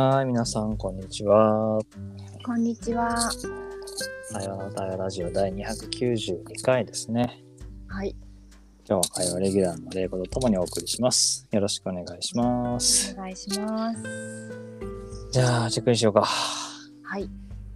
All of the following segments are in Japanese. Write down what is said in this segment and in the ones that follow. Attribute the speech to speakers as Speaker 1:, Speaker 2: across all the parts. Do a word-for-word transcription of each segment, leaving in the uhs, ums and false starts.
Speaker 1: はい、皆さん、こんにちは。
Speaker 2: こんにちは。
Speaker 1: 会話の対話ラジオだいにひゃくきゅうじゅうにかいですね。
Speaker 2: はい。
Speaker 1: 今日は会話レギュラーの玲子とともにお送りします。よろしくお願いします。
Speaker 2: お願いします。
Speaker 1: じゃあ、チェックインしようか。
Speaker 2: はい。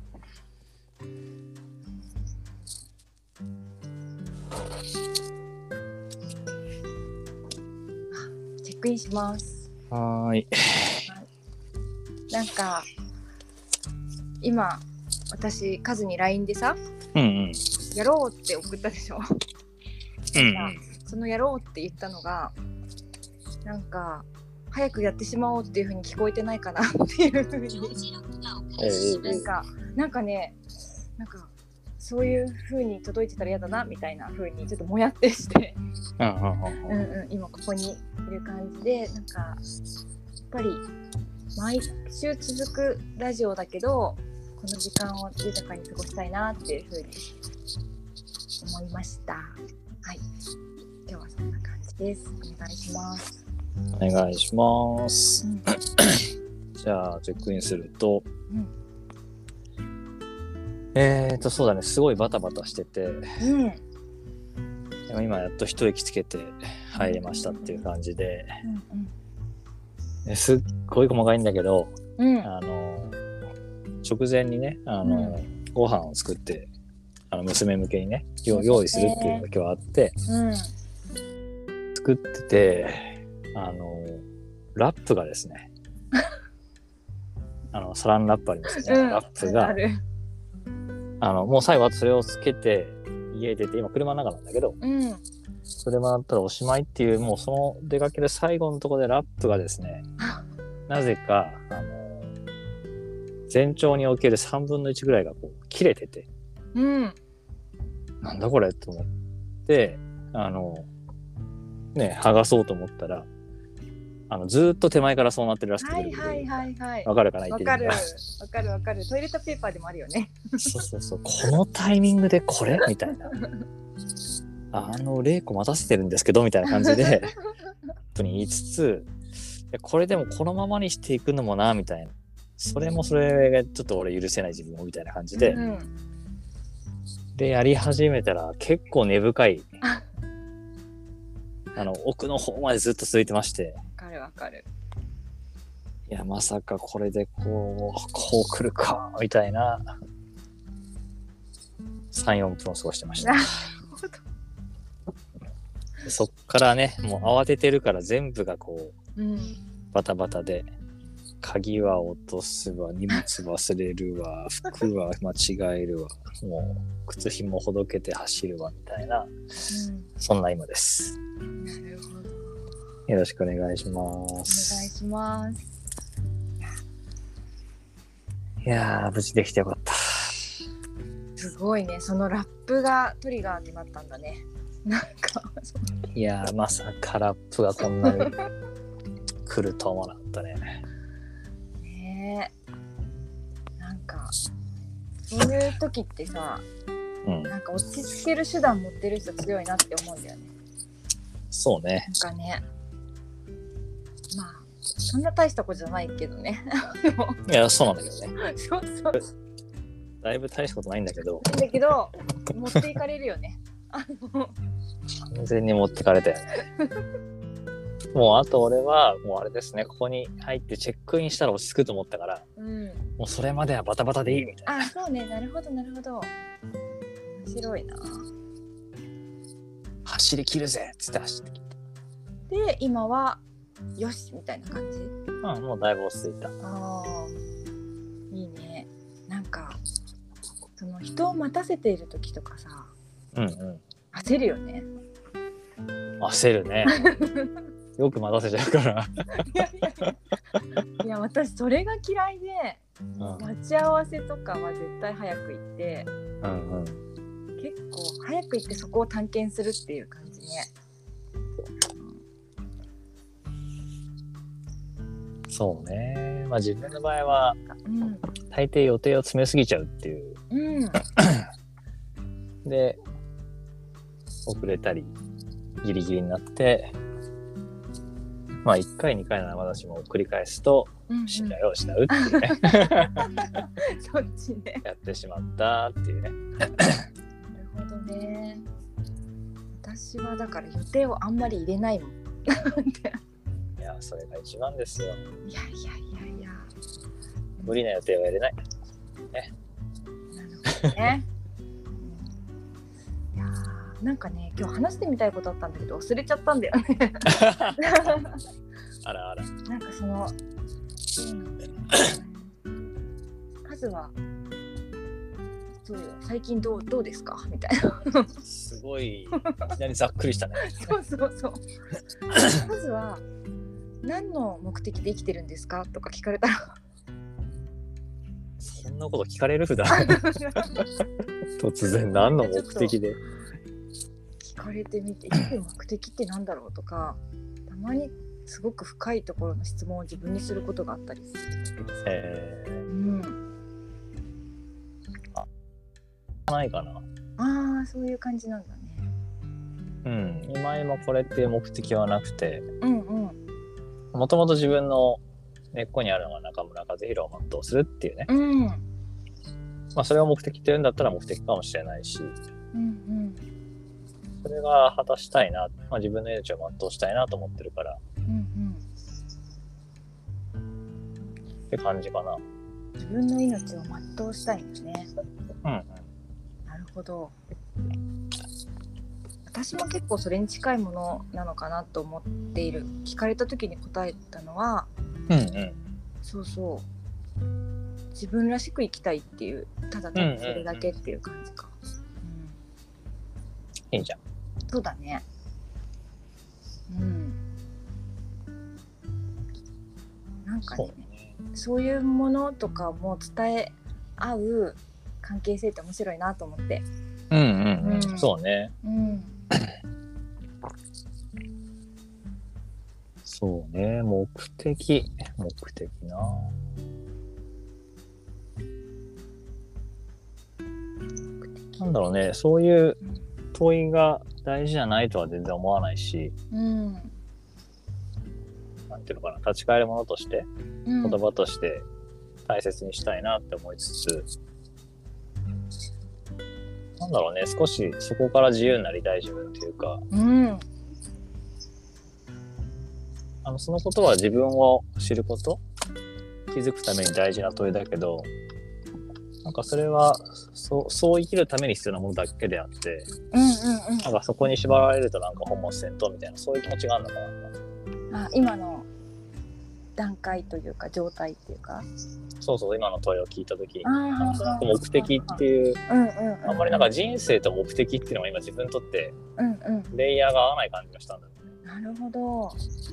Speaker 2: チェックインします。
Speaker 1: はーい。
Speaker 2: なんか今私カズに ライン でさ、
Speaker 1: うんうん。
Speaker 2: やろうって送ったでしょ。
Speaker 1: うんうん。
Speaker 2: そのやろうって言ったのがなんか早くやってしまおうっていう風に聞こえてないかなっていう風になんかなんかねなんかそういう風に届いてたら嫌だなみたいな風にちょっともやってして
Speaker 1: うんうんうん
Speaker 2: うんうん今ここにいる感じでなんかやっぱり毎週続くラジオだけどこの時間を豊かに過ごしたいなっていう風に思いました。はい、今日はそんな感じです。お願いします。
Speaker 1: お願いします。
Speaker 2: うん、
Speaker 1: じゃあ、チェックインすると、
Speaker 2: うん、
Speaker 1: えーと、そうだね、すごいバタバタしてて、
Speaker 2: うん、
Speaker 1: でも今やっと一息つけて入れましたっていう感じで、
Speaker 2: うん、
Speaker 1: すっごい細かいんだけど、
Speaker 2: うん、
Speaker 1: あの直前にねあの、うん、ご飯を作ってあの娘向けにね用意するっていうのが今日あって、
Speaker 2: うん、
Speaker 1: 作っててあのラップがですねあのサランラップありますよね、うん、ラップが あ, あのもう最後はそれをつけて家出て今車の中なんだけど、うん、それもらったらおしまいっていうもうその出かける最後のところでラップがですねなぜかあの全長におけるさんぶんのいちぐらいがこう切れてて、うん、なんだこれと思ってあのね剥がそうと思ったらあのずーっと手前からそうなってるらしくて、はい
Speaker 2: はいはいはい、
Speaker 1: わかるかな言ってるのが
Speaker 2: わかるわかるわかるトイレットペーパーでもあるよね
Speaker 1: そうそうそうこのタイミングでこれみたいなあの玲子待たせてるんですけどみたいな感じで本当に言いつつこれでもこのままにしていくのもなみたいなそれもそれがちょっと俺許せない自分をみたいな感じで、うん、でやり始めたら結構根深いあの奥の方までずっと続いてまして
Speaker 2: わかるわかる
Speaker 1: いやまさかこれでこうこう来るかみたいな さん,よん 分を過ごしてましたそっからねもう慌ててるから全部がこう、うん、バタバタで鍵は落とすわ荷物忘れるわ服は間違えるわもう靴ひもほどけて走るわみたいな、うん、そんな今です。
Speaker 2: なるほど
Speaker 1: よろしくお願いします。
Speaker 2: お願いします。
Speaker 1: いやー無事できてよかった。
Speaker 2: すごいねそのラップがトリガーになったんだねなんか
Speaker 1: いやーまさかラップがこんなに来ると思わなかったね
Speaker 2: ねえなんかそういう時ってさ、うん、なんか落ち着ける手段持ってる人強いなって思うんだよね。
Speaker 1: そうね
Speaker 2: なんかねまあそんな大したことじゃないけどね
Speaker 1: いやそうなんだけどね
Speaker 2: そうそう
Speaker 1: だいぶ大したことないんだけど
Speaker 2: だけど持っていかれるよね
Speaker 1: 完全に持ってかれたよねもうあと俺はもうあれですねここに入ってチェックインしたら落ち着くと思ったから、うん、もうそれまではバタバタでいいみたいな。
Speaker 2: あそうねなるほどなるほど面白いな
Speaker 1: 走り切るぜっつって走ってきた
Speaker 2: で今はよしみたいな感じ。
Speaker 1: うんもうだいぶ落ち着いた。
Speaker 2: あいいねなんかその人を待たせている時とかさ、うんうん、焦るよね。
Speaker 1: 焦るねよく待たせちゃうから
Speaker 2: いやいやいやいや私それが嫌いで、うん、待ち合わせとかは絶対早く行って、うんうん、結構早く行ってそこを探検するっていう感じね。
Speaker 1: そうねまあ自分の場合は、うん、大抵予定を詰めすぎちゃうっていう、うん、で遅れたりギリギリになってまあいっかいにかいの生出しも繰り返すと信頼を失うっていうね、
Speaker 2: うんうん、そっちね
Speaker 1: やってしまったっていうね
Speaker 2: なるほどね。私はだから予定をあんまり入れないもん
Speaker 1: いやそれが一番ですよ。
Speaker 2: いやいやいやいや
Speaker 1: 無理な予定は入れない
Speaker 2: ね。なるほどねいやなんかね今日話してみたいことあったんだけど忘れちゃったんだよね
Speaker 1: あらあら。
Speaker 2: なんかそのカズはそうよ最近どうどうですかみたいな
Speaker 1: すごいいきなりざっくりしたね
Speaker 2: そうそうそうカズは何の目的で生きてるんですかとか聞かれたら
Speaker 1: そんなこと聞かれる普段突然何の目的で
Speaker 2: 聞かれてみて生きる目的ってなんだろうとかたまにすごく深いところの質問を自分にすることがあったりする。
Speaker 1: えー、う
Speaker 2: ん。
Speaker 1: あ、ないかな。
Speaker 2: ああ、そういう感じなんだね。
Speaker 1: うん、今今これっていう目的はなくて、
Speaker 2: うんうん。
Speaker 1: もともと自分の根っこにあるのが中村和弘を全うするっていうね。
Speaker 2: うん。
Speaker 1: まあそれを目的っていうんだったら目的かもしれないし、
Speaker 2: うんうん。
Speaker 1: それが果たしたいな、まあ、自分の命を全うしたいなと思ってるから。
Speaker 2: うん
Speaker 1: うん、って感じかな。
Speaker 2: 自分の命を全うしたいんですね。
Speaker 1: うん、うん、
Speaker 2: なるほど。私も結構それに近いものなのかなと思っている。聞かれた時に答えたのは、
Speaker 1: うんうん、そう
Speaker 2: そう自分らしく生きたいっていうただただそれだけっていう感じか、うん
Speaker 1: うん、いいじゃん。
Speaker 2: そうだね。うんなんか ね, ねそういうものとかも伝え合う関係性って面白いなと思って。
Speaker 1: うんうんうん、うん、そうね、
Speaker 2: うん
Speaker 1: そうね、目的目的ななんだろうね、そういう問いが大事じゃないとは全然思わないし、うん、なんていうのかな、立ち返るものとして、うん、言葉として大切にしたいなって思いつつ、なんだろうね、少しそこから自由になりたい自分というか、うん、あのそのことは自分を知ること、気づくために大事な問いだけど、なんかそれはそ う, そう生きるために必要なものだけであって、うんうんうん、なんかそこに縛られるとなんか本末転倒みたいな、そういう気持ちがあるのか
Speaker 2: な。あ、今の段階というか状態っていうか、
Speaker 1: そうそう、今の問いを聞いた時になんとなく目的っていう、うんうんうん、あんまりなんか人生と目的っていうのが今自分にとってレイヤーが合わない感じがしたんだよね、
Speaker 2: うんうん、なるほど。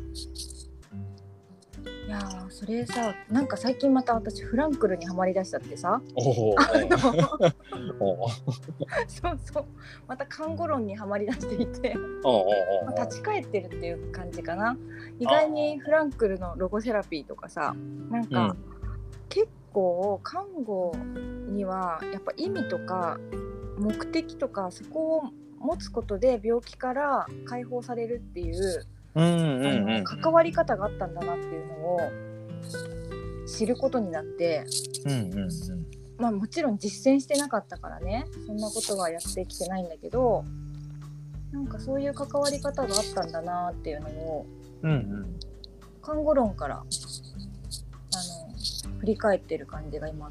Speaker 2: いやーそれさ、なんか最近また私フランクルにハマりだしたってさ、おおそうそうまた看護論にハマりだしていておまあ、立ち返ってるっていう感じかな。意外にフランクルのロゴセラピーとかさ、なんか、うん、結構看護にはやっぱ意味とか目的とかそこを持つことで病気から解放されるっていううんうんうん、あの関わり方があったんだなっていうのを知ることになって、うんうんうん、まあもちろん実践してなかったからね、そんなことはやってきてないんだけど、なんかそういう関わり方があったんだなっていうのを、うんうん、看護論からあの振り返ってる感じが今あって、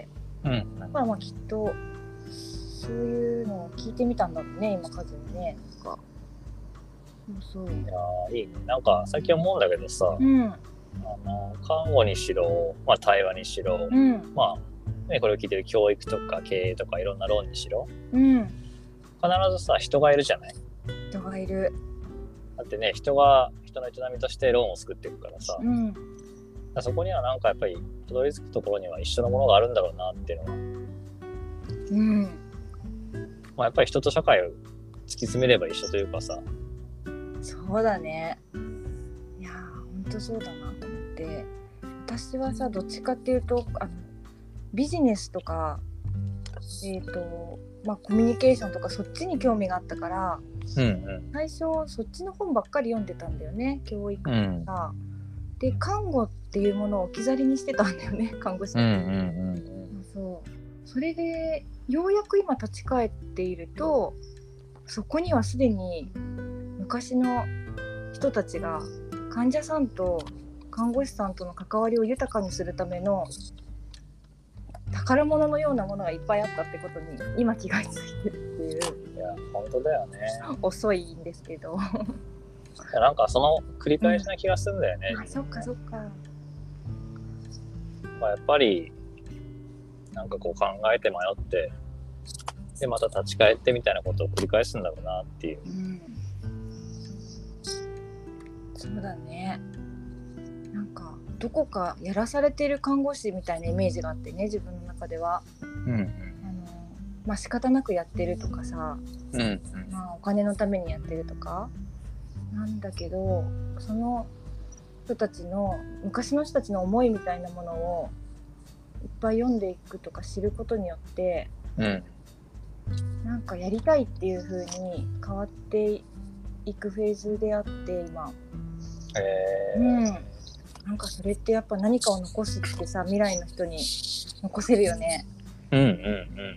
Speaker 2: うん、だからまあきっとそういうのを聞いてみたんだろうね今数にね。なんかそうそう、い
Speaker 1: やいいね。なんか最近思うんだけどさ、うん、あの看護にしろ、まあ、対話にしろ、うん、まあ、ね、これを聞いてる教育とか経営とかいろんな論にしろ、うん、必ずさ人がいるじゃない。
Speaker 2: 人がいる。
Speaker 1: だってね、人が人の営みとして論を作っていくからさ、うん、だそこにはなんかやっぱりたどり着くところには一緒のものがあるんだろうなっていうのは、うんまあ、やっぱり人と社会を突き詰めれば一緒というかさ。
Speaker 2: そうだね。いやーほんとそうだなと思って、私はさどっちかっていうとあのビジネスとかえーとまあ、コミュニケーションとかそっちに興味があったから、
Speaker 1: うんうん、
Speaker 2: 最初そっちの本ばっかり読んでたんだよね、教育とか、うん、で看護っていうものを置き去りにしてたんだよね、看護師、うんうんうん、そうそれでようやく今立ち返っていると、そこにはすでに昔の人たちが患者さんと看護師さんとの関わりを豊かにするための宝物のようなものがいっぱいあったってことに今気がついてるっていう。
Speaker 1: いや本当だよね。
Speaker 2: 遅いんですけど
Speaker 1: いやなんかその繰り返しな気がするんだよね、
Speaker 2: うん、あそっかそっか、
Speaker 1: まあ、やっぱりなんかこう考えて迷ってでまた立ち返ってみたいなことを繰り返すんだろうなっていう、うん、
Speaker 2: そうだね。なんかどこかやらされてる看護師みたいなイメージがあってね、自分の中では、うん、あのまあ仕方なくやってるとかさ、うんうん、まあ、お金のためにやってるとかなんだけど、その人たちの昔の人たちの思いみたいなものをいっぱい読んでいくとか知ることによって、うん、なんかやりたいっていう風に変わっていくフェーズであって今、えー、うん、なんかそれってやっぱ何かを残すってさ、未来の人に残せるよね。うんうんうん。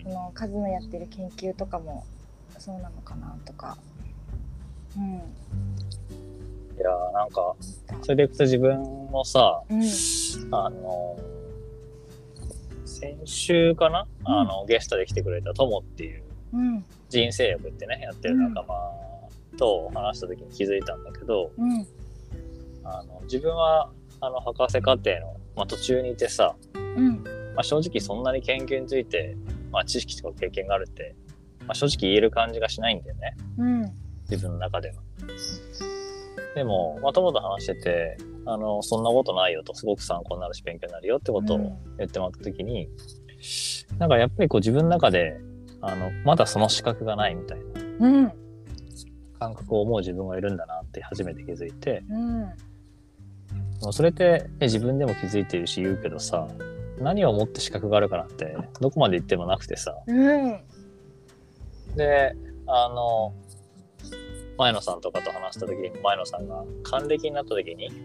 Speaker 2: その数のやってる研究とかもそうなのかなとか。うん。い
Speaker 1: やーなんかそれでいくと自分もさ、うん、あの先週かな、うん、あのゲストで来てくれたトモっていう人生学ってねやってる仲間と話した時に気づいたんだけど、うん、あの自分はあの博士課程の、まあ、途中にいてさ、うんまあ、正直そんなに研究について、まあ、知識とか経験があるって、まあ、正直言える感じがしないんだよね、うん、自分の中では。でも、まあ、友と話しててあのそんなことないよと、すごく参考になるし勉強になるよってことを言ってもらった時に、うん、なんかやっぱりこう自分の中であのまだその資格がないみたいな、うん、感覚を思う自分がいるんだなって初めて気づいて、うん、それって、ね、自分でも気づいているし言うけどさ、何をもって資格があるかなんてどこまで言ってもなくてさ、うん、であの前野さんとかと話した時に、前野さんが還暦になった時に、うん、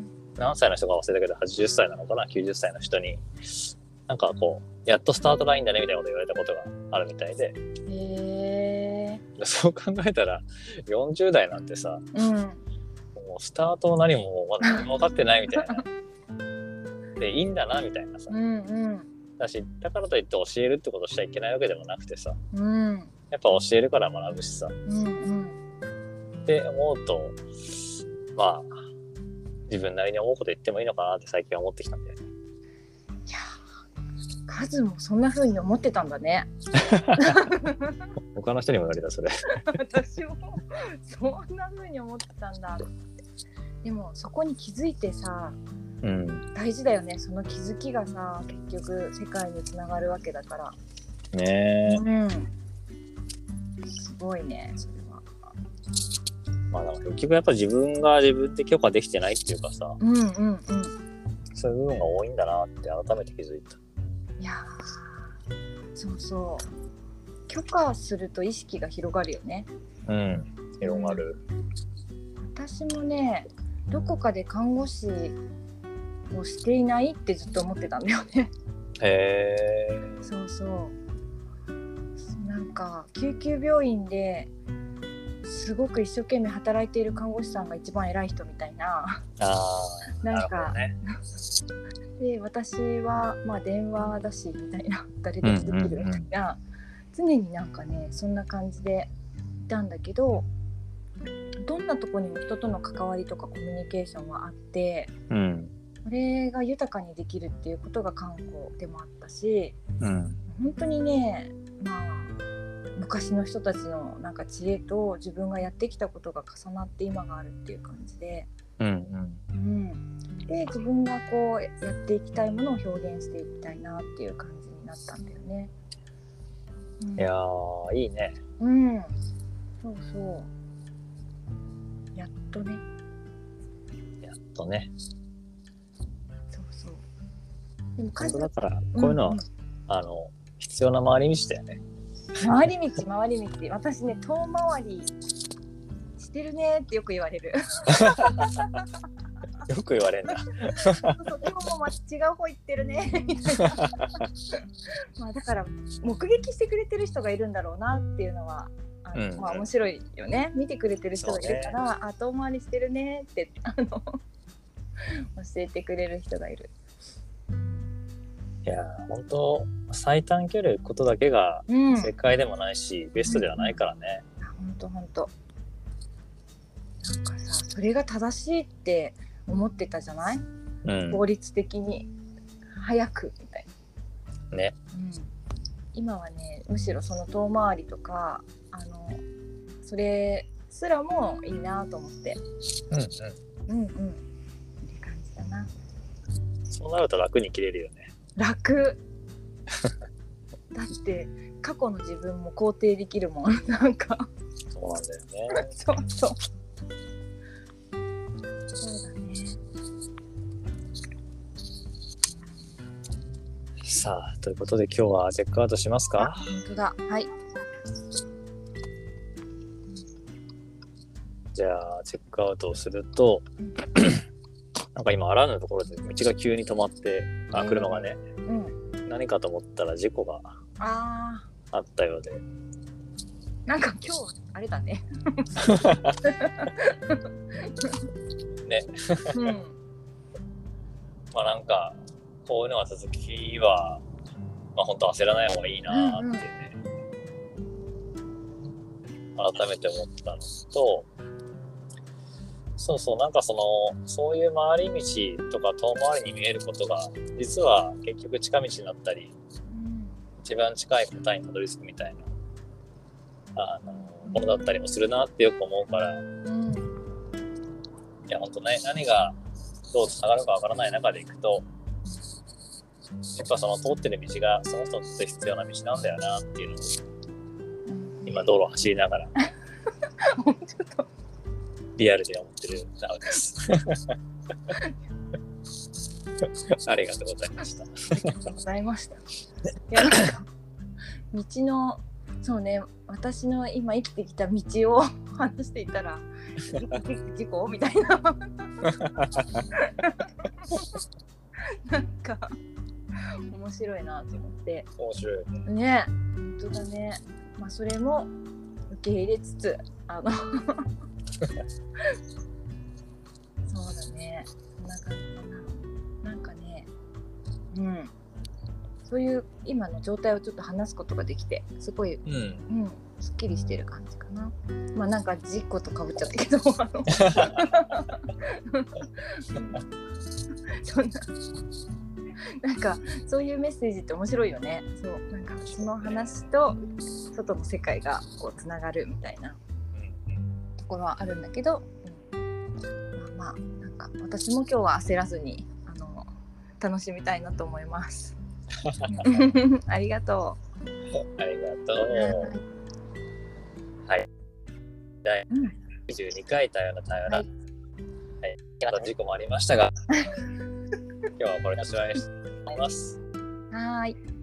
Speaker 1: 何歳の人か忘れたけどはちじゅっさいなのかな、きゅうじゅっさいの人になんかこうやっとスタートラインだねみたいなこと言われたことがあるみたいで、へー、そう考えたらよんじゅう代なんてさ、うん、もうスタートも何もまだ何も分かってないみたいなでいいんだなみたいなさ、うんうん、だしだからといって教えるってことしちゃいけないわけでもなくてさ、うん、やっぱ教えるから学ぶしさ、うんうんって思うと、まあ自分なりに思うこと言ってもいいのかなって最近は思ってきたんだよね。
Speaker 2: いやカズもそんな風に思ってたんだね
Speaker 1: 他の人にも言われたそれ
Speaker 2: 私もそんな風に思ってたんだ。でもそこに気づいてさ、うん、大事だよね。その気づきがさ結局世界につながるわけだからねえ、うん、すごいねそれは。
Speaker 1: まあ、なんか結局やっぱ自分が自分で許可できてないっていうかさ、うんうんうん、そういう部分が多いんだなって改めて気づいた。
Speaker 2: いやそうそう、許可すると意識が広がるよね。
Speaker 1: うん広がる、うん、
Speaker 2: 私もねどこかで看護師をしていないってずっと思ってたんだよね。へー、そうそう、なんか救急病院ですごく一生懸命働いている看護師さんが一番偉い人みたいな、あなんか、ね、で私はまあ電話だしみたいな、誰でもできるみたいな、うんうんうん、常になんかねそんな感じでいたんだけど、どんなとこにも人との関わりとかコミュニケーションはあって、うん、それが豊かにできるっていうことが看護でもあったし、うん、本当にね、まあ昔の人たちのなんか知恵と自分がやってきたことが重なって今があるっていう感じで、うんうんうん、で自分がこうやっていきたいものを表現していきたいなっていう感じになったんだよね。うん、い
Speaker 1: やーいいね。
Speaker 2: うん、そうそう、やっとね。
Speaker 1: やっとね。
Speaker 2: そうそう。
Speaker 1: でも本当だからこういうのは、うんうん、あの必要な回り道だよね。
Speaker 2: 回り道回り道私ね遠回りしてるねってよく言われる
Speaker 1: よく言われるんだ
Speaker 2: そうそうでももう違う方行ってるねみたいなまあだから目撃してくれてる人がいるんだろうなっていうのはあの、うんまあ、面白いよね。見てくれてる人がいるから、ね、あ遠回りしてるねってあの教えてくれる人がいる。
Speaker 1: いや本当最短距離行くことだけが正解でもないし、うん、ベストではないからね。
Speaker 2: 本当本当なんかさそれが正しいって思ってたじゃない、うん、効率的に早くみたい
Speaker 1: なね、
Speaker 2: うん、今はねむしろその遠回りとかあのそれすらもいいなと思って、うんうん、うんうんいい感じだな。
Speaker 1: そうなると楽に切れるよね。
Speaker 2: 楽だって過去の自分も肯定できるもんなんか
Speaker 1: そうなんだよね
Speaker 2: そうそうそうだね。
Speaker 1: さあということで今日はチェックアウトしますか。
Speaker 2: 本当だはい。
Speaker 1: じゃあチェックアウトをするとなんか今あらぬところで道が急に止まってあ車がね、うん、何かと思ったら事故があったようで
Speaker 2: なんか今日あれだね
Speaker 1: ね、うん、まあなんかこういうのが続きはまあ本当焦らない方がいいなってね、うんうん、改めて思ったのとそうそうなんかそのそういう回り道とか遠回りに見えることが実は結局近道になったり、うん、一番近い答えにたどり着くみたいなあのものだったりもするなってよく思うから、うん、いや本当ね何がどうつながるかわからない中でいくとやっぱその通ってる道がその人にとって必要な道なんだよなっていうのを今道路を走りながら
Speaker 2: ちょっと
Speaker 1: リアルで思ってるなのですありがとうございましたあ
Speaker 2: りがとうございましたいやなんか道のそうね私の今生きてきた道を話していたら事故みたいななんか面白いなと思って
Speaker 1: 面白いね
Speaker 2: ね本当だね。まあそれも受け入れつつあのそうだねそんな感じかな。なんかねうんそういう今の状態をちょっと話すことができてすごい、うんうん、すっきりしてる感じかな。まあなんか事故とかぶっちゃったけどあのそんななんかそういうメッセージって面白いよね。そうなんかその話と外の世界がこうつながるみたいなところはあるんだけど、うん、まあまあなんか私も今日は焦らずにあの楽しみたいなと思いますありがとう
Speaker 1: ありがとうはいだいにじゅうにかい多様な多様な、はいはい、あと事故もありましたが今日はこれでおしまいにしています。
Speaker 2: はい。